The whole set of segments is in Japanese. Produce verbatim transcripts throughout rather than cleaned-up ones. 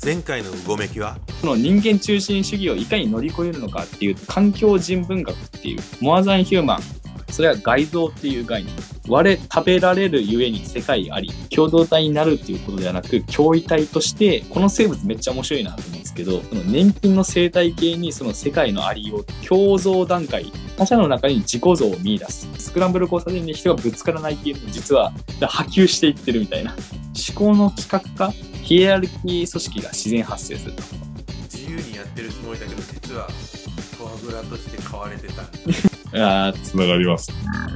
前回のうごめきはこの人間中心主義をいかに乗り越えるのかっていう環境人文学っていうモアザンヒューマン、それは外造っていう概念、我食べられるゆえに世界あり、共同体になるっていうことではなく共異体として、この生物めっちゃ面白いなと思うんですけど、その年金の生態系にその世界のありを共造段階、他者の中に自己像を見出す、スクランブル交差点に人がぶつからないっていうのも実は波及していってるみたいな、思考の企画化、ヒエラルキー組織が自然発生すると。 自由にやってるつもりだけど実はフォアグラとして買われてたあー、つながります。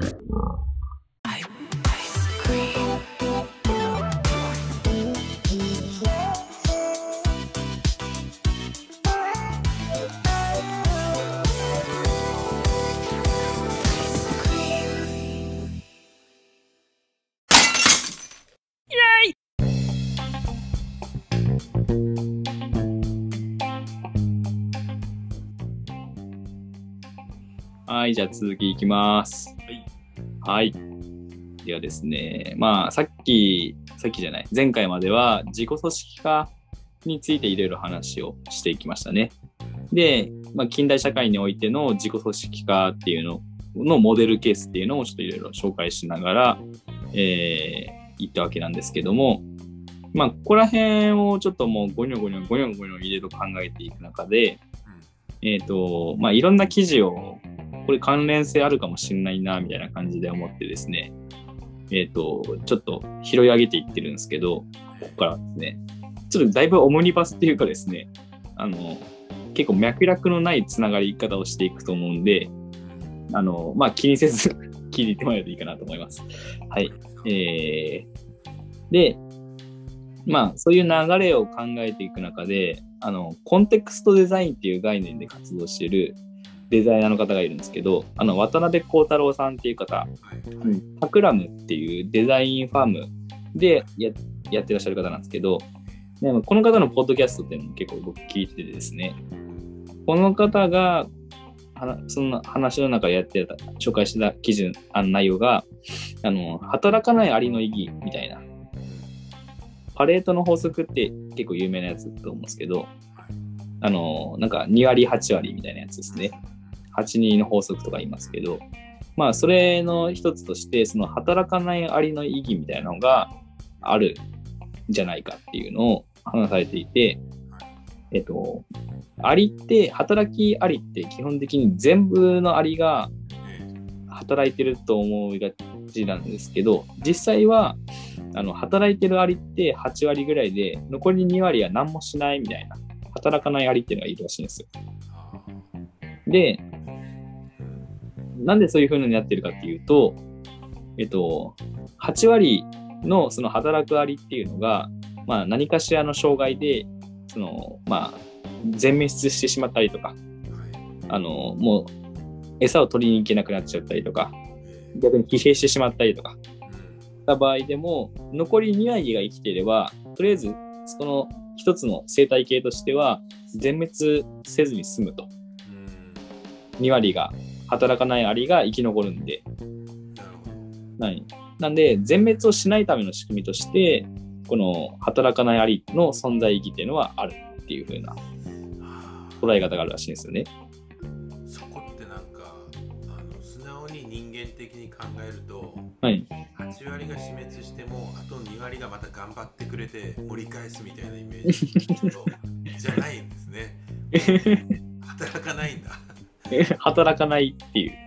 はい、じゃあ続きいきます。はい。はい。ではですね、まあさっき、さっきじゃない、前回までは自己組織化についていろいろ話をしていきましたね。で、まあ、近代社会においての自己組織化っていうののモデルケースっていうのをちょっといろいろ紹介しながら、えー、言ったわけなんですけども、まあここら辺をちょっともうゴニョゴニョゴニョゴニョいろいろ考えていく中で、えっと、まあいろんな記事をこれ関連性あるかもしれないなみたいな感じで思ってですね、えっとちょっと拾い上げていってるんですけど、ここからですね、ちょっとだいぶオムニバスっていうかですね、あの結構脈絡のないつながり方をしていくと思うんで、あのまあ気にせず聞いていってもらえるといいかなと思います。はい。えー、で、まあそういう流れを考えていく中で、あのコンテクストデザインっていう概念で活動しているデザイナーの方がいるんですけど、あの渡辺幸太郎さんっていう方、タクラムっていうデザインファームで や, やってらっしゃる方なんですけど、でもこの方のポッドキャストっていうのも結構僕聞いててですね、この方がその話の中でやってた紹介してた記事の内容が、あの働かないアリの意義みたいな、パレートの法則って結構有名なやつだと思うんですけど、あのなんかに割はち割みたいなやつですね。はちにの法則とか言いますけど、まあそれの一つとしてその働かないアリの意義みたいなのがあるんじゃないかっていうのを話されていて、えっとアリって働きアリって基本的に全部のアリが働いてると思いがちなんですけど、実際はあの働いてるアリってはち割ぐらいで、残りに割は何もしないみたいな、働かないアリっていうのがいるらしいんですよ。で、なんでそういう風になってるかっていうと、えっと、はち割のその働くアリっていうのが、まあ何かしらの障害で、その、まあ、全滅してしまったりとか、あの、もう餌を取りに行けなくなっちゃったりとか、逆に疲弊してしまったりとか、した場合でも、残りに割が生きていれば、とりあえず、その一つの生態系としては、全滅せずに済むと。に割が働かないアリが生き残るんで、何なんで全滅をしないための仕組みとしてこの働かないアリの存在意義っていうのはあるっていう風な捉え方があるらしいんですよね。 そこってなんかあの素直に人間的に考えると、 はい、 はち割が死滅してもあとに割がまた頑張ってくれて盛り返すみたいなイメージじゃないんですね。働かないんだ。 働かないっていう。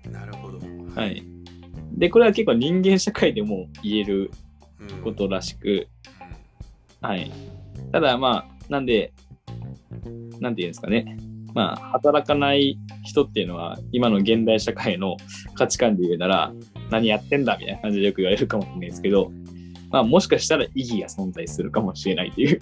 なるほど。 はい。で、これは結構人間社会でも言えることらしく、うん、はい。ただまあ、なんで、なんて言うんですかね。まあ、働かない人っていうのは、今の現代社会の価値観で言うなら、何やってんだみたいな感じでよく言われるかもしれないですけど、まあ、もしかしたら意義が存在するかもしれないという。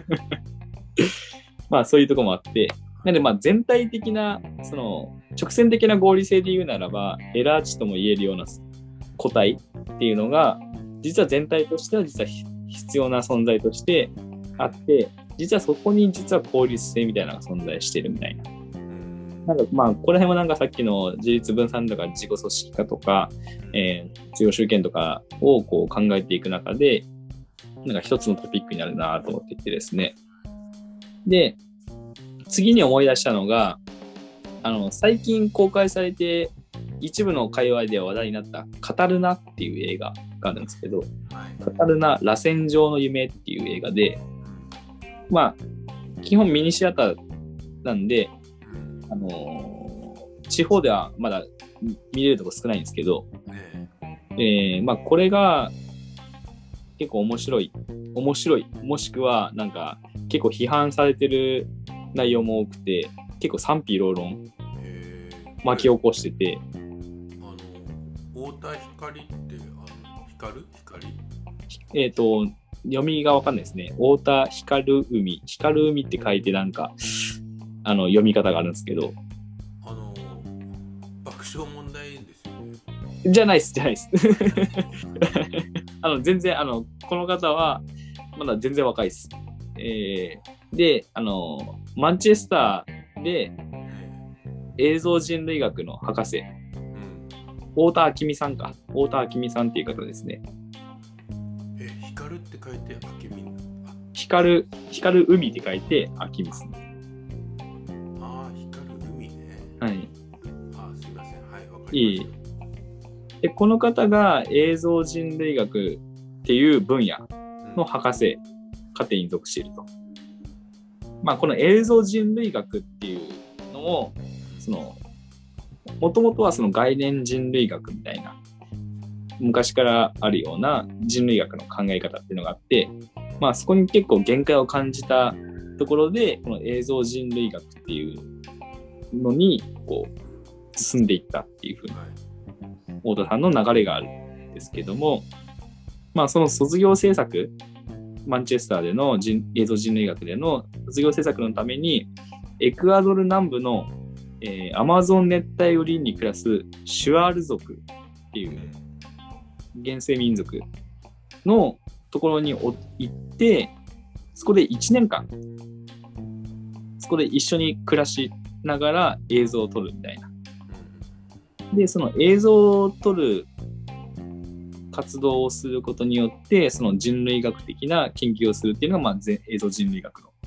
まあ、そういうところもあって、なのでまあ全体的なその直線的な合理性で言うならばエラー値とも言えるような個体っていうのが実は全体としては実は必要な存在としてあって、実はそこに実は効率性みたいなのが存在しているみたいな。なんかまあここら辺もなんかさっきの自立分散とか自己組織化とか、えー、強集権とかをこう考えていく中でなんか一つのトピックになるなと思っていてですね。 で、次に思い出したのが、あの、最近公開されて、一部の界隈で話題になったカタルナっていう映画があるんですけど、はい、カタルナ螺旋状の夢っていう映画で、まあ、基本ミニシアターなんで、あのー、地方ではまだ見れるとこ少ないんですけど、えー、まあこれが結構面白い、面白い、もしくはなんか結構批判されてる内容も多くて、結構賛否両論巻き起こしてて、 あの太田光ってあの光る光えっ、ー、と読みがわかんないですね。太田光海、光る海って書いてなんかあの読み方があるんですけど、 あの爆笑問題ですよね。 じゃないです、じゃないです。あの全然あのこの方はまだ全然若いです。えー、で、あのマンチェスターで映像人類学の博士、うん、太田明美さんか、太田明美さんっていう方ですね。 え、光るって書いて明美。 光る、光る海って書いて明美ですね。 ああ、光る海ね。 はい。 ああ、すいません。はい、わかりました。 いい。で、この方が映像人類学っていう分野の博士課程に属していると。まあ、この映像人類学っていうのを、その、もともとはその概念人類学みたいな、昔からあるような人類学の考え方っていうのがあって、まあ、そこに結構限界を感じたところで、この映像人類学っていうのに、こう、進んでいったっていうふうに、太田さんの流れがあるんですけども、まあその卒業制作、マンチェスターでの人映像人類学での卒業制作のために、エクアドル南部の、えー、アマゾン熱帯雨林に暮らすシュワール族っていう原生民族のところに行って、そこでいちねんかん、そこで一緒に暮らしながら映像を撮るみたいな。で、その映像を撮る活動をすることによって、その人類学的な研究をするっていうのが、まあ、映像人類学の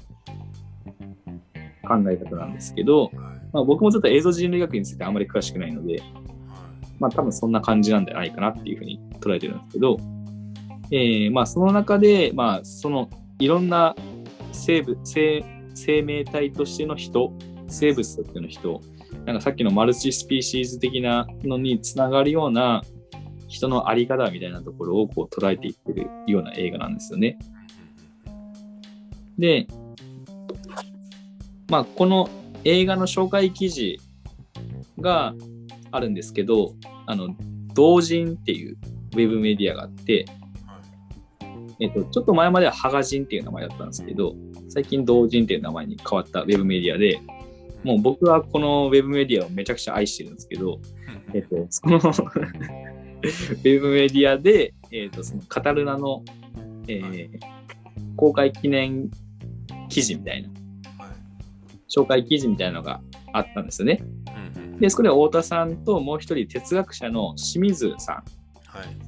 考え方なんですけど、まあ、僕もちょっと映像人類学についてあまり詳しくないので、まあ、多分そんな感じなんじゃないかなっていうふうに捉えてるんですけど、えー、まあその中で、まあ、そのいろんな生物、生、生命体としての人、生物としての人、なんかさっきのマルチスピーシーズ的なのにつながるような人のあり方みたいなところをこう捉えていってるような映画なんですよね。で、まあこの映画の紹介記事があるんですけど、あの同人っていうウェブメディアがあって、えっとちょっと前まではハガジンっていう名前だったんですけど、最近同人っていう名前に変わったウェブメディアで、もう僕はこのウェブメディアをめちゃくちゃ愛してるんですけど、えっと、そのウェブメディアで、えっと、そのカタルナの、えー、公開記念記事みたいな、紹介記事みたいなのがあったんですよね。で、そこで太田さんともう一人哲学者の清水さん、はい、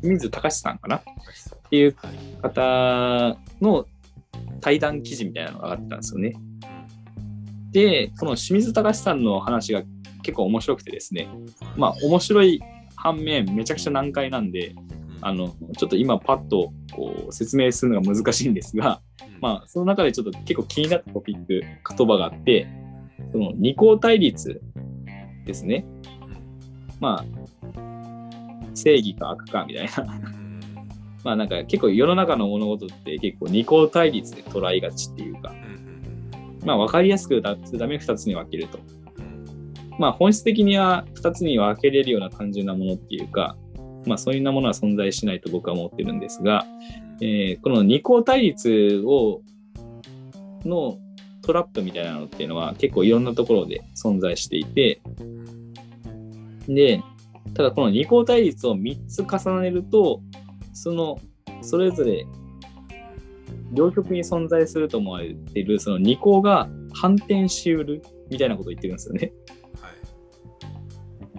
清水隆さんかなっていう方の対談記事みたいなのがあったんですよね。で、この清水隆さんの話が結構面白くてですね、まあ面白い反面めちゃくちゃ難解なんで、あのちょっと今パッとこう説明するのが難しいんですが、まあその中でちょっと結構気になったトピック、言葉があって、その二項対立ですね。まあ正義か悪かみたいな。まあなんか結構世の中の物事って結構二項対立で捉えがちっていうか、まあ分かりやすくするためにふたつに分けると。まあ本質的にはふたつに分けれるような単純なものっていうか、まあそういうなものは存在しないと僕は思ってるんですが、えー、この二項対立をのトラップみたいなのっていうのは結構いろんなところで存在していて、で、ただこの二項対立をみっつ重ねると、そのそれぞれ両極に存在すると思われているその二項が反転しうるみたいなことを言ってるんですよね。はい、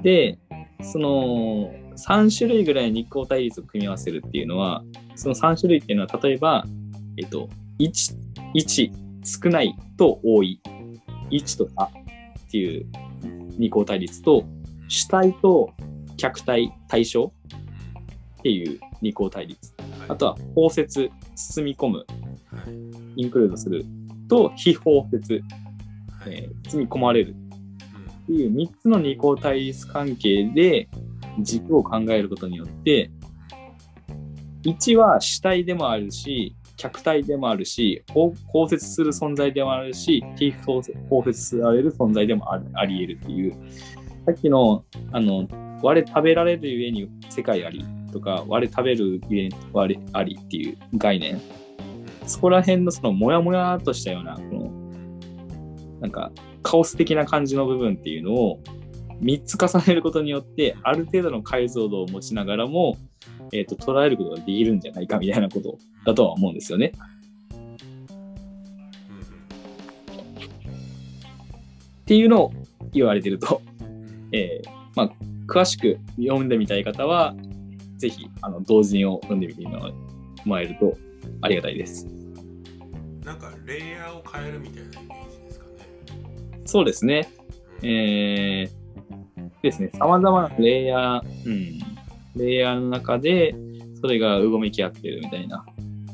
で、そのさん種類ぐらいの二項対立を組み合わせるっていうのは、そのさん種類っていうのは例えば、えっと、いち、いち少ないと多い、いちとさっていう二項対立と、主体と客体対象っていう二項対立、あとは包摂包み込む、インクルードすると非包摂、えー、包み込まれるっていうみっつの二項対立関係で軸を考えることによって、いちは主体でもあるし客体でもあるし包摂する存在でもあるし非包摂される存在でもある、あり得るっていう、さっきのあの我食べられるゆえに世界ありとか我食べるゆえに我ありっていう概念、そこら辺のそのモヤモヤっとしたようなこのなんかカオス的な感じの部分っていうのをみっつ重ねることによってある程度の解像度を持ちながらも、えーと、捉えることができるんじゃないかみたいなことだとは思うんですよね。っていうのを言われてると、えーまあ、詳しく読んでみたい方はぜひあの同人を読んでみてもらえるとありがたいです。 なんかレイヤーを変えるみたいなイメージですかね。 そうですね。えー、ですね。様々なレイヤー、うん、レイヤーの中でそれがうごめき合ってるみたいな。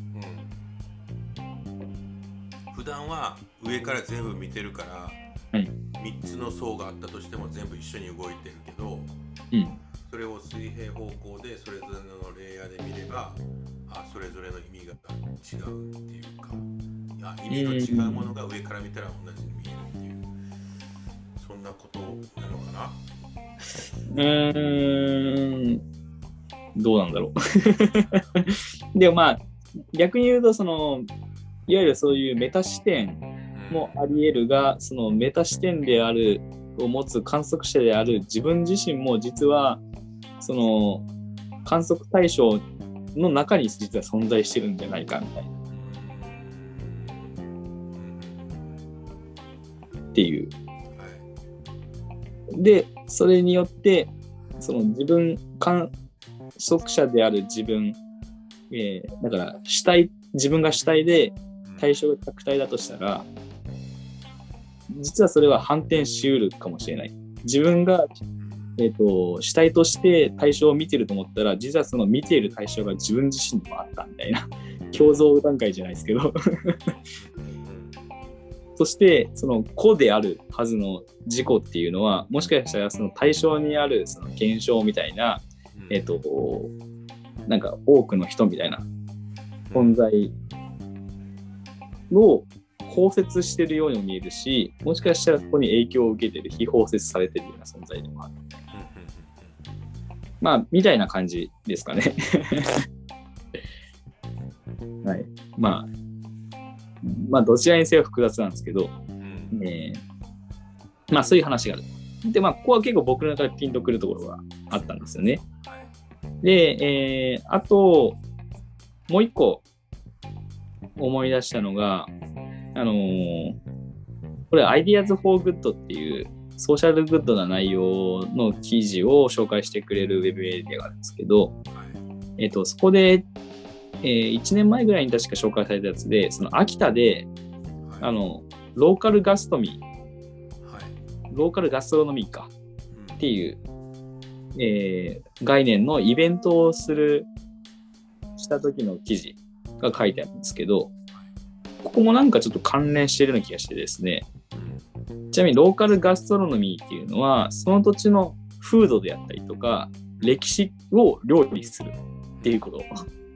うん、普段は上から全部見てるから、はい、みっつの層があったとしても全部一緒に動いてるけど、うん、それを水平方向でそれぞれのレイヤーで見れば、あ、それぞれの意味が違うっていうか、意味の違うものが上から見たら同じに見えるっていう、そんなことなのかな。 うーん、どうなんだろう。でもまあ逆に言うとそのいわゆるそういうメタ視点もあり得るが、そのメタ視点であるを持つ観測者である自分自身も実はその観測対象の中に実は存在してるんじゃないかみたいなっていうで、それによってその自分観測者である自分、えー、だから主体自分が主体で対象が客体だとしたら、実はそれは反転しうるかもしれない。自分が、えーと、主体として対象を見てると思ったら、実はその見ている対象が自分自身にもあったみたいな共造段階じゃないですけどそしてその個であるはずの自己っていうのは、もしかしたらその対象にあるその現象みたいな、えーと、なんか多くの人みたいな存在を包摂してるようにも見えるし、もしかしたらそこに影響を受けてる、非包摂されてるような存在でもある。まあみたいな感じですかね。はい。まあまあどちらにせよ複雑なんですけど、えー、まあそういう話がある。でまあここは結構僕の中でピンとくるところがあったんですよね。で、えー、あともう一個思い出したのが、あのー、これ Ideas for Good っていうソーシャルグッドな内容の記事を紹介してくれるウェブメディアがあるんですけど、えっと、そこで、えー、いちねんまえぐらいに確か紹介されたやつで、その秋田で、あの、ローカルガストミー、ローカルガストロノミーかっていう、えー、概念のイベントをする、した時の記事が書いてあるんですけど、ここもなんかちょっと関連してるような気がしてですね。ちなみにローカルガストロノミーっていうのは、その土地の風土であったりとか、歴史を料理するっていうこと。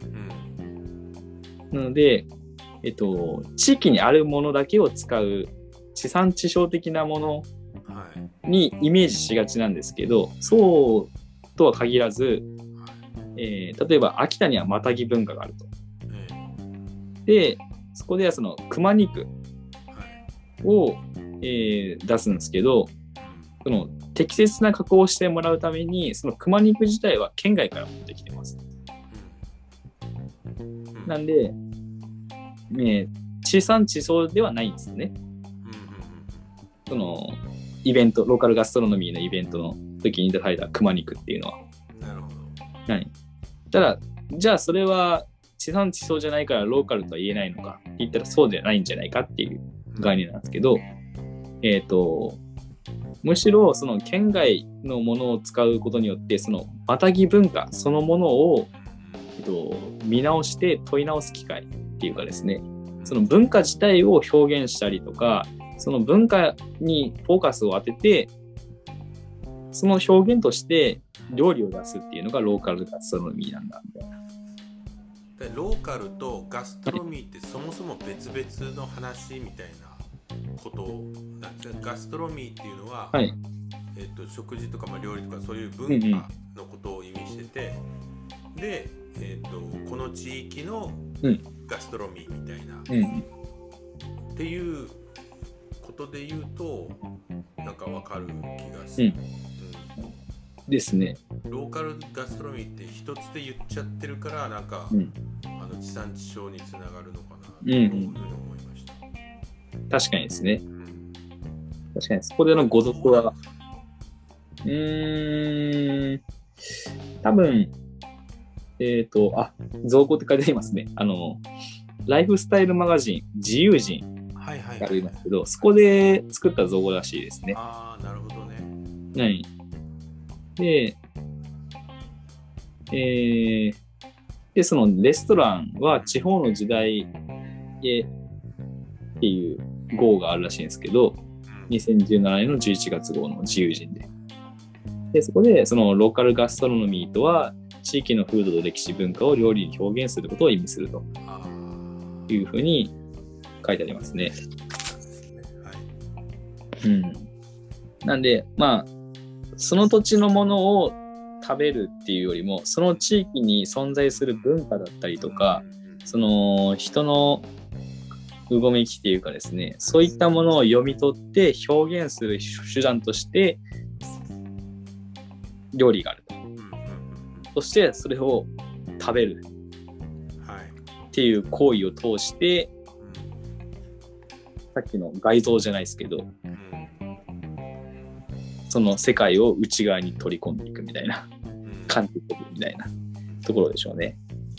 なので、えっと、地域にあるものだけを使う地産地消的なものにイメージしがちなんですけど、そうとは限らず、えー、例えば秋田にはマタギ文化があると。で、そこではその熊肉を、えー、出すんですけど、その適切な加工をしてもらうために、その熊肉自体は県外から持ってきてます。なんで、ね、地産地消ではないんですね。そのイベント、ローカルガストロノミーのイベントの時に出された熊肉っていうのは。 なるほど。 何？ただ、じゃあそれは地産地消じゃないからローカルとは言えないのかって言ったらそうじゃないんじゃないかっていう概念なんですけど、えっと、むしろその県外のものを使うことによってそのまたぎ文化そのものを、えっと、見直して問い直す機会っていうかですね、その文化自体を表現したりとか、その文化にフォーカスを当てて、その表現として料理を出すっていうのがローカルガストロノミーなんだみたいな。 ローカルとガストロノミーってそもそも別々の話みたいなことなんですね。ガストロノミーっていうのは、 はい、 えー、と食事とかまあ料理とかそういう文化のことを意味してて、うんうん、で、えー、とこの地域のガストロノミーみたいな、うん、っていうことで言うとなんかわかる気がする、うんうん、ですね。 ローカルガストロノミーって一つで言っちゃってるからなんか、うん、あの地産地消につながるのかなというふうに思いました、 うん、確かにですね、うん、確かにそこでの語読はうーん多分えっ、ー、とあ造語って書いてありますね。あのライフスタイルマガジン自由人がありますけど、そこで作った造語らしいですね。 ああなるほどね。 はい。で、えー、で、そのレストランは地方の時代へっていう号があるらしいんですけど、にせんじゅうななねんのじゅういちがつ号の自由人で。で、そこでそのローカルガストロノミーとは地域の風土と歴史文化を料理に表現することを意味するというふうに書いてありますね。はい。うん。なんで、まあ、その土地のものを食べるっていうよりも、その地域に存在する文化だったりとか、その人のうごめきっていうかですね、そういったものを読み取って表現する手段として料理があると。そしてそれを食べるっていう行為を通して、さっきの外像じゃないですけど、その世界を内側に取り込んでいくみたいな感じみたいなところでしょうね。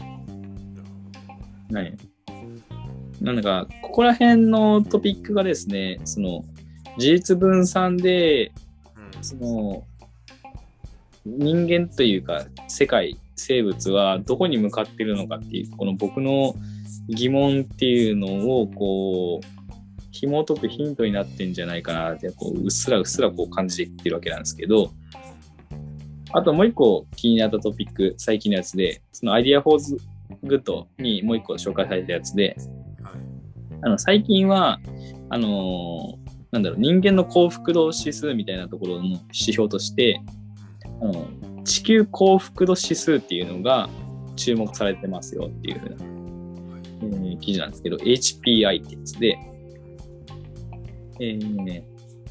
はい。なんだかここら辺のトピックがですね、その事実分散でその人間というか世界生物はどこに向かっているのかっていうこの僕の疑問っていうのをこう紐解くヒントになってんじゃないかなってこううっすらうっすらこう感じていってるわけなんですけど、あともう一個気になったトピック最近のやつで、そのアイディアフォーズグッドにもう一個紹介されたやつで、あの最近はあのー、なんだろう人間の幸福度指数みたいなところの指標としてあの地球幸福度指数っていうのが注目されてますよっていう風な、えー、記事なんですけど エイチピーアイ ってやつで、えー、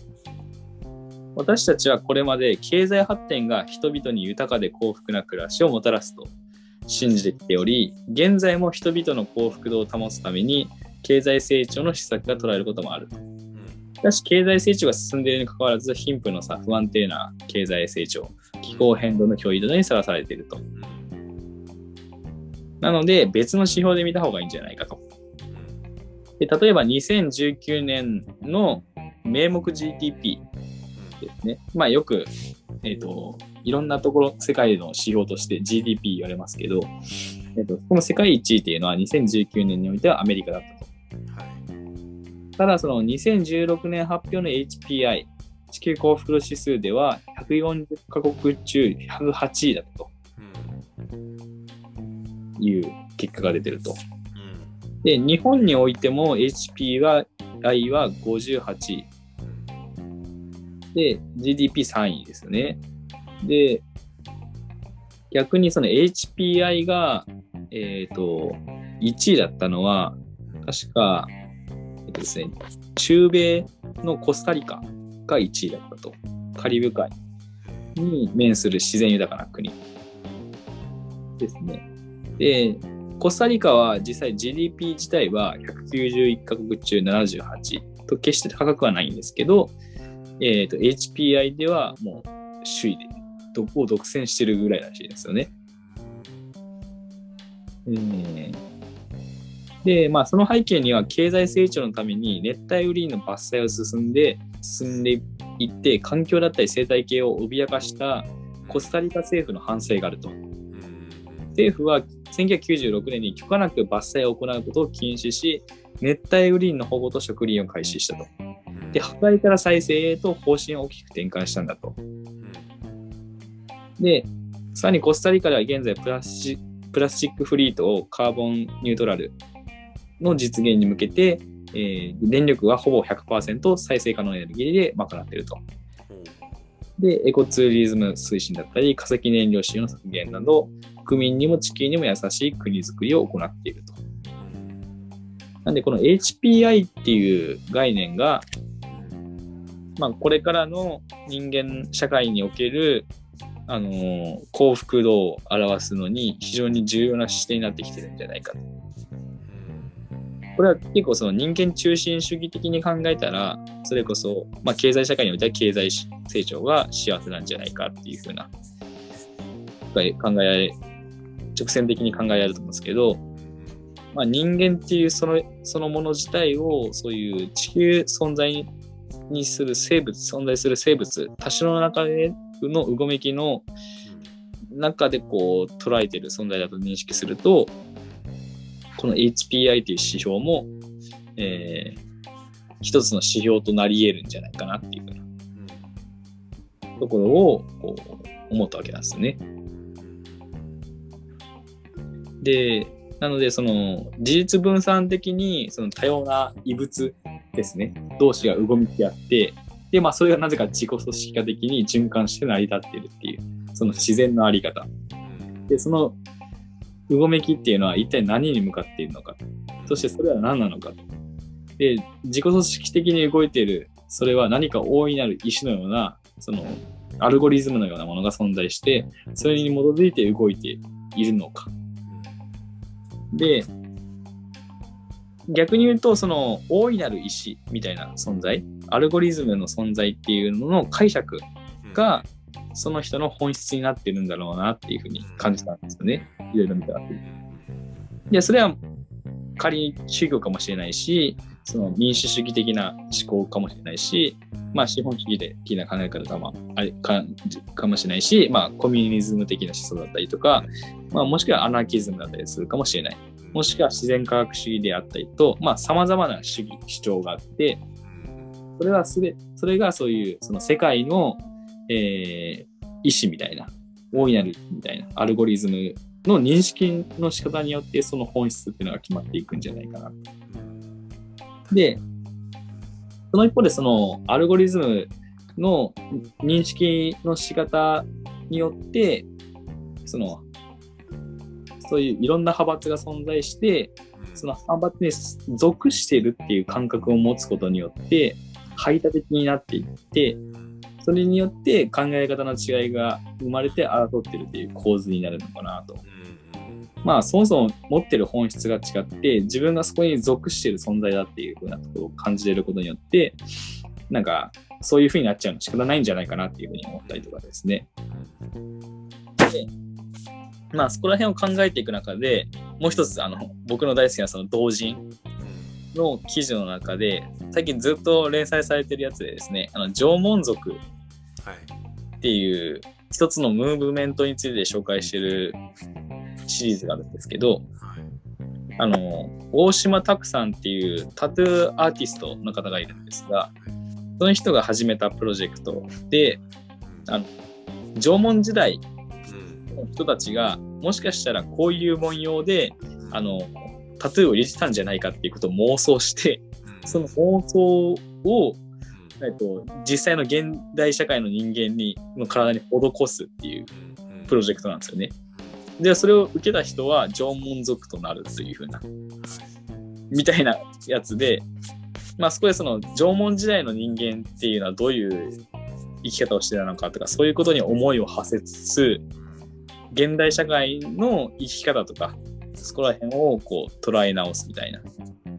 私たちはこれまで経済発展が人々に豊かで幸福な暮らしをもたらすと信じてきており、現在も人々の幸福度を保つために経済成長の施策が取られることもあると。しかし経済成長が進んでいるにもかかわらず貧富の差、不安定な経済成長、気候変動の脅威などにさらされていると。なので別の指標で見た方がいいんじゃないかと。で例えばにせんじゅうきゅうねんの名目 ジーディーピー ですね。まあよく、えーと、いろんなところ世界の指標として ジーディーピー 言われますけど、えーと、この世界一位っていうのはにせんじゅうきゅうねんにおいてはアメリカだったと。ただそのにせんじゅうろくねん発表の エイチピーアイ 地球幸福度指数ではひゃくよんじゅっカ国中ひゃくはちいだという結果が出てると。で日本においても エイチピーアイ はごじゅうはちいで ジーディーピーさんいですよね。で逆にその エイチピーアイ が、えーと、いちいだったのは確かえっとですね、中米のコスタリカがいちいだったと。カリブ海に面する自然豊かな国ですね。で、コスタリカは実際 ジーディーピー 自体はひゃくきゅうじゅういっカ国中ななじゅうはちいと決して高くはないんですけど、えーと、エイチピーアイ ではもう首位でどこを独占してるぐらいらしいですよね。 えー、で、まあ、その背景には経済成長のために熱帯雨林の伐採を進んで、進んでいって、環境だったり生態系を脅かしたコスタリカ政府の反省があると。政府はせんきゅうひゃくきゅうじゅうろくねんに許可なく伐採を行うことを禁止し、熱帯雨林の保護と植林を開始したと。で、破壊から再生へと方針を大きく転換したんだと。で、さらにコスタリカでは現在プラスチプラスチックフリートをカーボンニュートラルの実現に向けて、えー、電力はほぼ ひゃくパーセント 再生可能エネルギーで賄っていると。で、エコツーリズム推進だったり、化石燃料使用の削減など、国民にも地球にも優しい国づくりを行っていると。なんで、この エイチピーアイ っていう概念が、まあ、これからの人間社会における、あのー、幸福度を表すのに非常に重要な視点になってきてるんじゃないかと。これは結構その人間中心主義的に考えたら、それこそ、まあ、経済社会においては経済成長が幸せなんじゃないかっていうふうな考えられ、直線的に考えられると思うんですけど、まあ、人間っていうその、そのもの自体をそういう地球存在にする生物、存在する生物、多種の中でのうごめきの中でこう捉えている存在だと認識すると、この エイチピーアイ という指標も、えー、一つの指標となり得るんじゃないかなっていうふうなところをこう思ったわけなんですよね。で、なのでその事実分散的にその多様な異物ですね、同士がうごめき合って、で、まあそれがなぜか自己組織化的に循環して成り立っているっていう、その自然のあり方。で、そのうごめきっていうのは一体何に向かっているのか、そしてそれは何なのか。で、自己組織的に動いている、それは何か大いなる意志のような、そのアルゴリズムのようなものが存在して、それに基づいて動いているのか。で、逆に言うと、その大いなる意志みたいな存在、アルゴリズムの存在っていうのの解釈が、その人の本質になってるんだろうなっていうふうに感じたんですよね。いろいろ見たわけで。で、それは仮に宗教かもしれないし、その民主主義的な思考かもしれないし、まあ資本主義的な考え方か、あれか、かもしれないし、まあコミュニズム的な思想だったりとか、まあもしくはアナーキズムだったりするかもしれない。もしくは自然科学主義であったりと、まあ様々な主義、主張があって、それはすべ、それがそういうその世界の、えー、意志みたいな、大いなるみたいなアルゴリズムの認識の仕方によってその本質っていうのが決まっていくんじゃないかな。で、その一方でそのアルゴリズムの認識の仕方によって、そのそういういろんな派閥が存在して、その派閥に属しているっていう感覚を持つことによって、排他的になっていって、それによって考え方の違いが生まれて争っているっていう構図になるのかなと。まあそもそも持ってる本質が違って、自分がそこに属している存在だっていうふうなところを感じれることによって、なんかそういうふうになっちゃうの仕方ないんじゃないかなっていうふうに思ったりとかですね。で、まあそこら辺を考えていく中で、もう一つあの僕の大好きなその同人の記事の中で、最近ずっと連載されてるやつでですね、あの縄文族っていう一つのムーブメントについて紹介してるシリーズがあるんですけど、あの大島拓さんっていうタトゥーアーティストの方がいるんですが、その人が始めたプロジェクトで、あの縄文時代の人たちがもしかしたらこういう文様であのタトゥーを入れてたんじゃないかっていうことを妄想して、その妄想を、えっと、実際の現代社会の人間にの体に施すっていうプロジェクトなんですよね。で、それを受けた人は縄文族となるというふうなみたいなやつで、まあそこでその縄文時代の人間っていうのはどういう生き方をしてたのかとか、そういうことに思いを馳せつつ、現代社会の生き方とかそこら辺をこう捉え直すみたいな。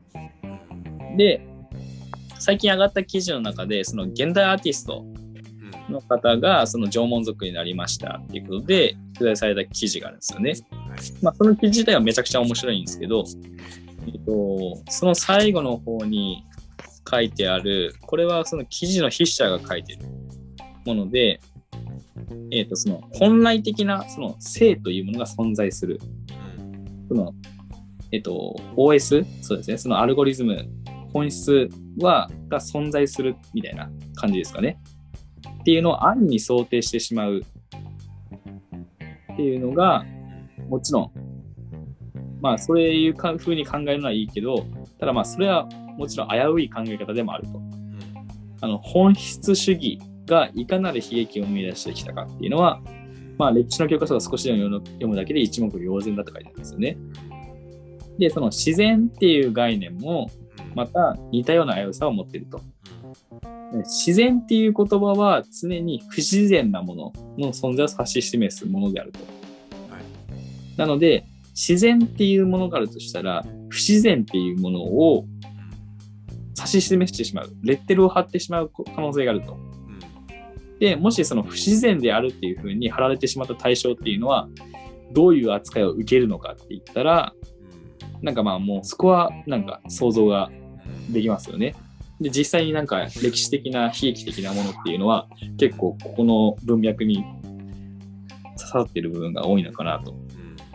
で、最近上がった記事の中で、その現代アーティストの方がその縄文族になりましたっていうことで取材された記事があるんですよね。まあ、その記事自体はめちゃくちゃ面白いんですけど、えっと、その最後の方に書いてある、これはその記事の筆者が書いてるもので、えっと、その本来的なその性というものが存在する。その、えっと、オーエス、そうですね、そのアルゴリズム、本質は、が存在するみたいな感じですかね。っていうのを暗に想定してしまうっていうのが、もちろん、まあ、そういうふうに考えるのはいいけど、ただまあ、それはもちろん危うい考え方でもあると。あの、本質主義がいかなる悲劇を生み出してきたかっていうのは、まあ、歴史の教科書が少しでも読むだけで一目瞭然だと書いてあるんですよね。で、その自然っていう概念も、また似たような危うさを持っていると。自然っていう言葉は常に不自然なものの存在を指し示すものであると。はい、なので、自然っていうものがあるとしたら、不自然っていうものを指し示してしまう。レッテルを貼ってしまう可能性があると。で、もしその不自然であるっていうふうに貼られてしまった対象っていうのは、どういう扱いを受けるのかって言ったら、なんかまあもうそこはなんか想像ができますよね。で、実際になんか歴史的な悲劇的なものっていうのは結構ここの文脈に刺さっている部分が多いのかなと。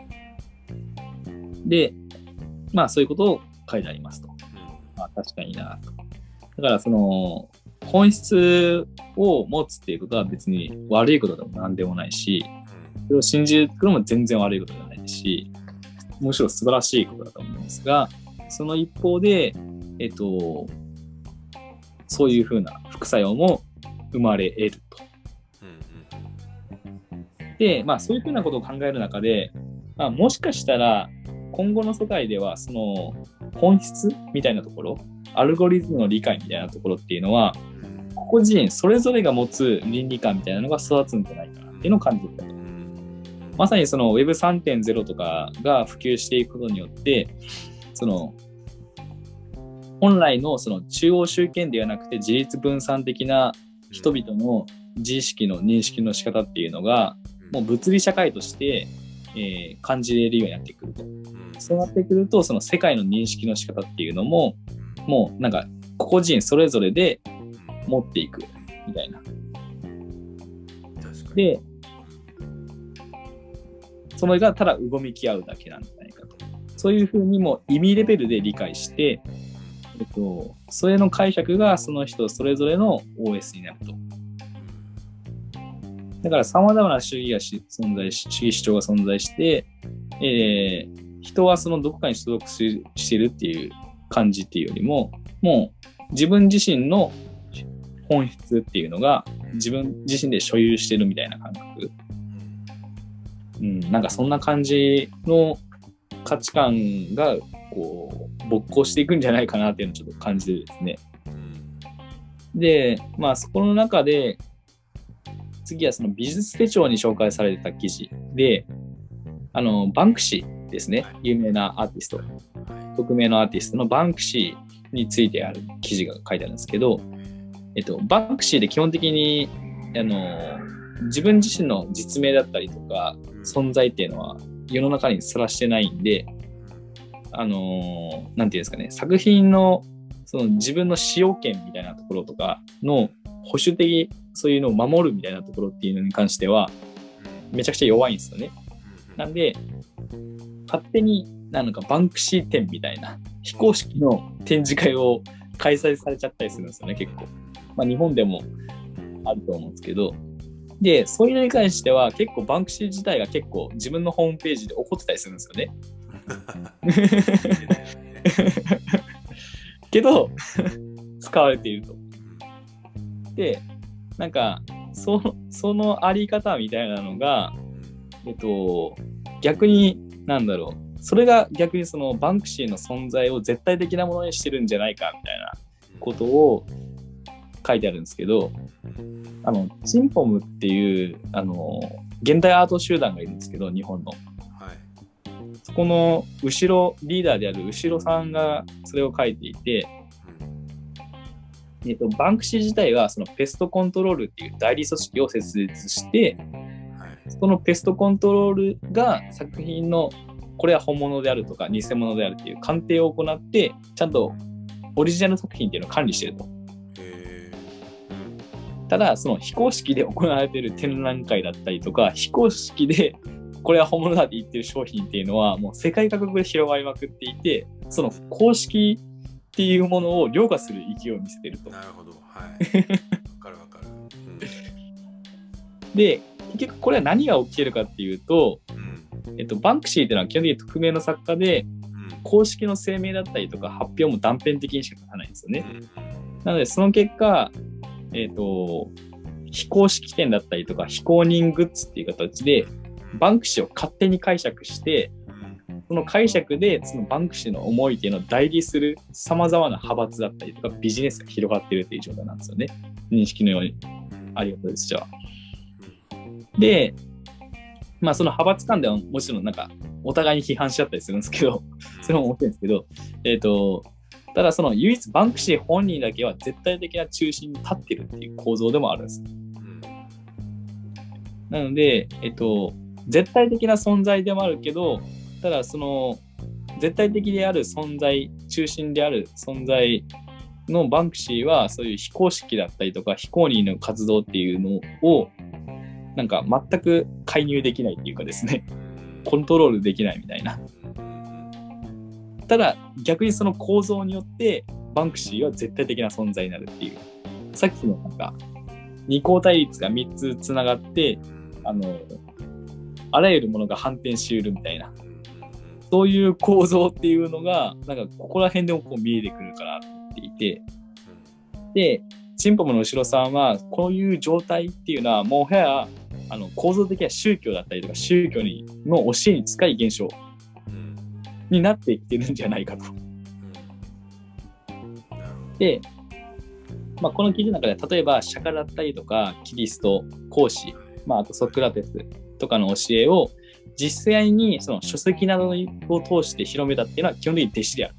で、まあそういうことを書いてありますと。まあ確かになと。だからその本質を持つっていうことは別に悪いことでも何でもないし、それを信じるのも全然悪いことではないし、むしろ素晴らしいことだと思うんですが、その一方で、えっと、そういうふうな副作用も生まれ得ると。で、まあそういうふうなことを考える中で、まあ、もしかしたら今後の世界ではその本質みたいなところ、アルゴリズムの理解みたいなところっていうのは、個々人それぞれが持つ倫理観みたいなのが育つんじゃないかなっていうのを感じる。まさにその ウェブさんてんゼロ とかが普及していくことによって、その本来のその中央集権ではなくて自立分散的な人々の自意識の認識の仕方っていうのがもう物理社会として、えー、感じれるようになってくると。そうなってくるとその世界の認識の仕方っていうのももうなんか個々人それぞれで持っていくみたいな。で、それがただうごめき合うだけなんじゃないかと。そういうふうにも意味レベルで理解して、えっと、それの解釈がその人それぞれの オーエス になると。だから様々な主義が存在し、主義主張が存在して、えー、人はそのどこかに所属しているっていう感じっていうよりも、もう自分自身の本質っていうのが自分自身で所有してるみたいな感覚。うん、なんかそんな感じの価値観がこう勃興していくんじゃないかなっていうのをちょっと感じてですね。で、まあそこの中で次はその美術手帳に紹介されてた記事で、あのバンクシーですね、有名なアーティスト、匿名のアーティストのバンクシーについてある記事が書いてあるんですけど、えっとバンクシーで基本的にあの自分自身の実名だったりとか存在っていうのは世の中にさらしてないんで、あのなんていうんですかね、作品のその自分の使用権みたいなところとかの保守的そういうのを守るみたいなところっていうのに関してはめちゃくちゃ弱いんですよね。なんで勝手になんかバンクシー展みたいな非公式の展示会を開催されちゃったりするんですよね、結構。まあ日本でもあると思うんですけど。で、そういうのに関しては結構バンクシー自体が結構自分のホームページで怒ってたりするんですよね。けど使われていると。で、なんかそそのあり方みたいなのが、えっと逆になんだろう、それが逆にそのバンクシーの存在を絶対的なものにしてるんじゃないかみたいなことを書いてあるんですけど、あのチンポムっていうあの現代アート集団がいるんですけど、日本の、はい、そこの後ろリーダーである後ろさんがそれを書いていて、 えっと、バンクシー自体はそのペストコントロールっていう代理組織を設立して、はい、そのペストコントロールが作品のこれは本物であるとか偽物であるっていう鑑定を行って、ちゃんとオリジナル作品っていうのを管理していると。へー、うん、ただその非公式で行われている展覧会だったりとか、非公式でこれは本物だって言ってる商品っていうのはもう世界各国で広がりまくっていて、その公式っていうものを凌駕する勢いを見せてると。 なるほど、はい。わかるわかる。 うん、で、結局これは何が起きてるかっていうと、うん、えっと、バンクシーっていうのは基本的に匿名の作家で、うん、公式の声明だったりとか発表も断片的にしか書かないんですよね。うん、なのでその結果、えっと、非公式展だったりとか非公認グッズっていう形でバンクシーを勝手に解釈して、その解釈でそのバンクシーの思いっていうのを代理するさまざまな派閥だったりとかビジネスが広がっているという状態なんですよね。認識のように。ありがとうです。じゃあ。で、まあその派閥間ではもちろんなんかお互いに批判し合ったりするんですけど、それも面白いんですけど、えっと、ただその唯一バンクシー本人だけは絶対的な中心に立ってるっていう構造でもあるんです。なので、えっと、絶対的な存在でもあるけど、ただその絶対的である存在、中心である存在のバンクシーはそういう非公式だったりとか非公認の活動っていうのをなんか全く介入できないっていうかですね、コントロールできないみたいな。ただ逆にその構造によってバンクシーは絶対的な存在になるっていう。さっきのなんか二項対立がみっつつながってあのあらゆるものが反転しうるみたいな。そういう構造っていうのが、なんかここら辺でもこう見えてくるかなと思っていて、で、チンポムの後ろさんは、こういう状態っていうのは、もはやあの構造的な宗教だったりとか、宗教にの教えに近い現象になってきてるんじゃないかと。で、まあ、この記事の中で、例えば釈迦だったりとか、キリスト、孔子、まあ、あとソクラテスとかの教えを、実際にその書籍などを通して広めたっていうのは基本的に弟子である。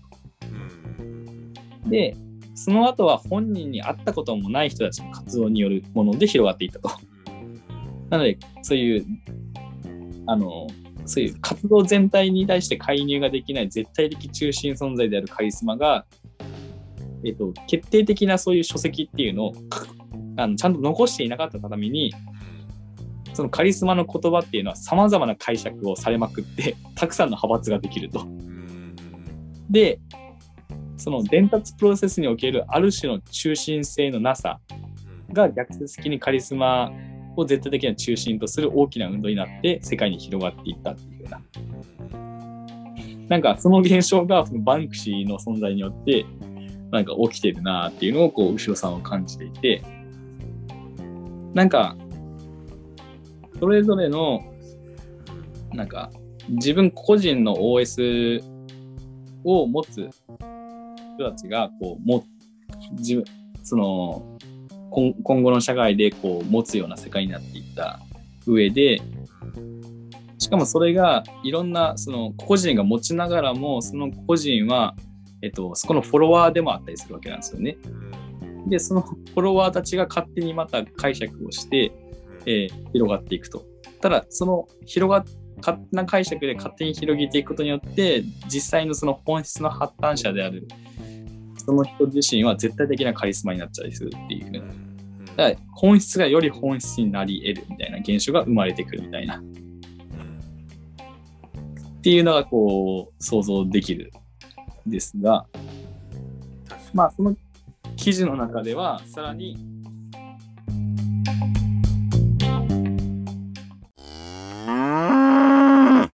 で、その後は本人に会ったこともない人たちの活動によるもので広がっていったと。なので、そういう、あの、そういう活動全体に対して介入ができない絶対的中心存在であるカリスマが、えっと、決定的なそういう書籍っていうのをあのちゃんと残していなかったために、そのカリスマの言葉っていうのは様々な解釈をされまくってたくさんの派閥ができると。で、その伝達プロセスにおけるある種の中心性のなさが逆説的にカリスマを絶対的な中心とする大きな運動になって世界に広がっていったっていうような。なんかその現象がバンクシーの存在によってなんか起きてるなっていうのをこう後ろさんを感じていて、なんかそれぞれのなんか自分個人の オーエス を持つ人たちがこうも自分その今後の社会でこう持つような世界になっていった上で、しかもそれがいろんなその個人が持ちながらもその個人はえっとそこのフォロワーでもあったりするわけなんですよね。でそのフォロワーたちが勝手にまた解釈をしてえー、広がっていくと。ただその広が勝手な解釈で勝手に広げていくことによって実際のその本質の発端者であるその人自身は絶対的なカリスマになっちゃいするっていう、ね、だから本質がより本質になり得るみたいな現象が生まれてくるみたいなっていうのがこう想像できるんですが、まあその記事の中ではさらに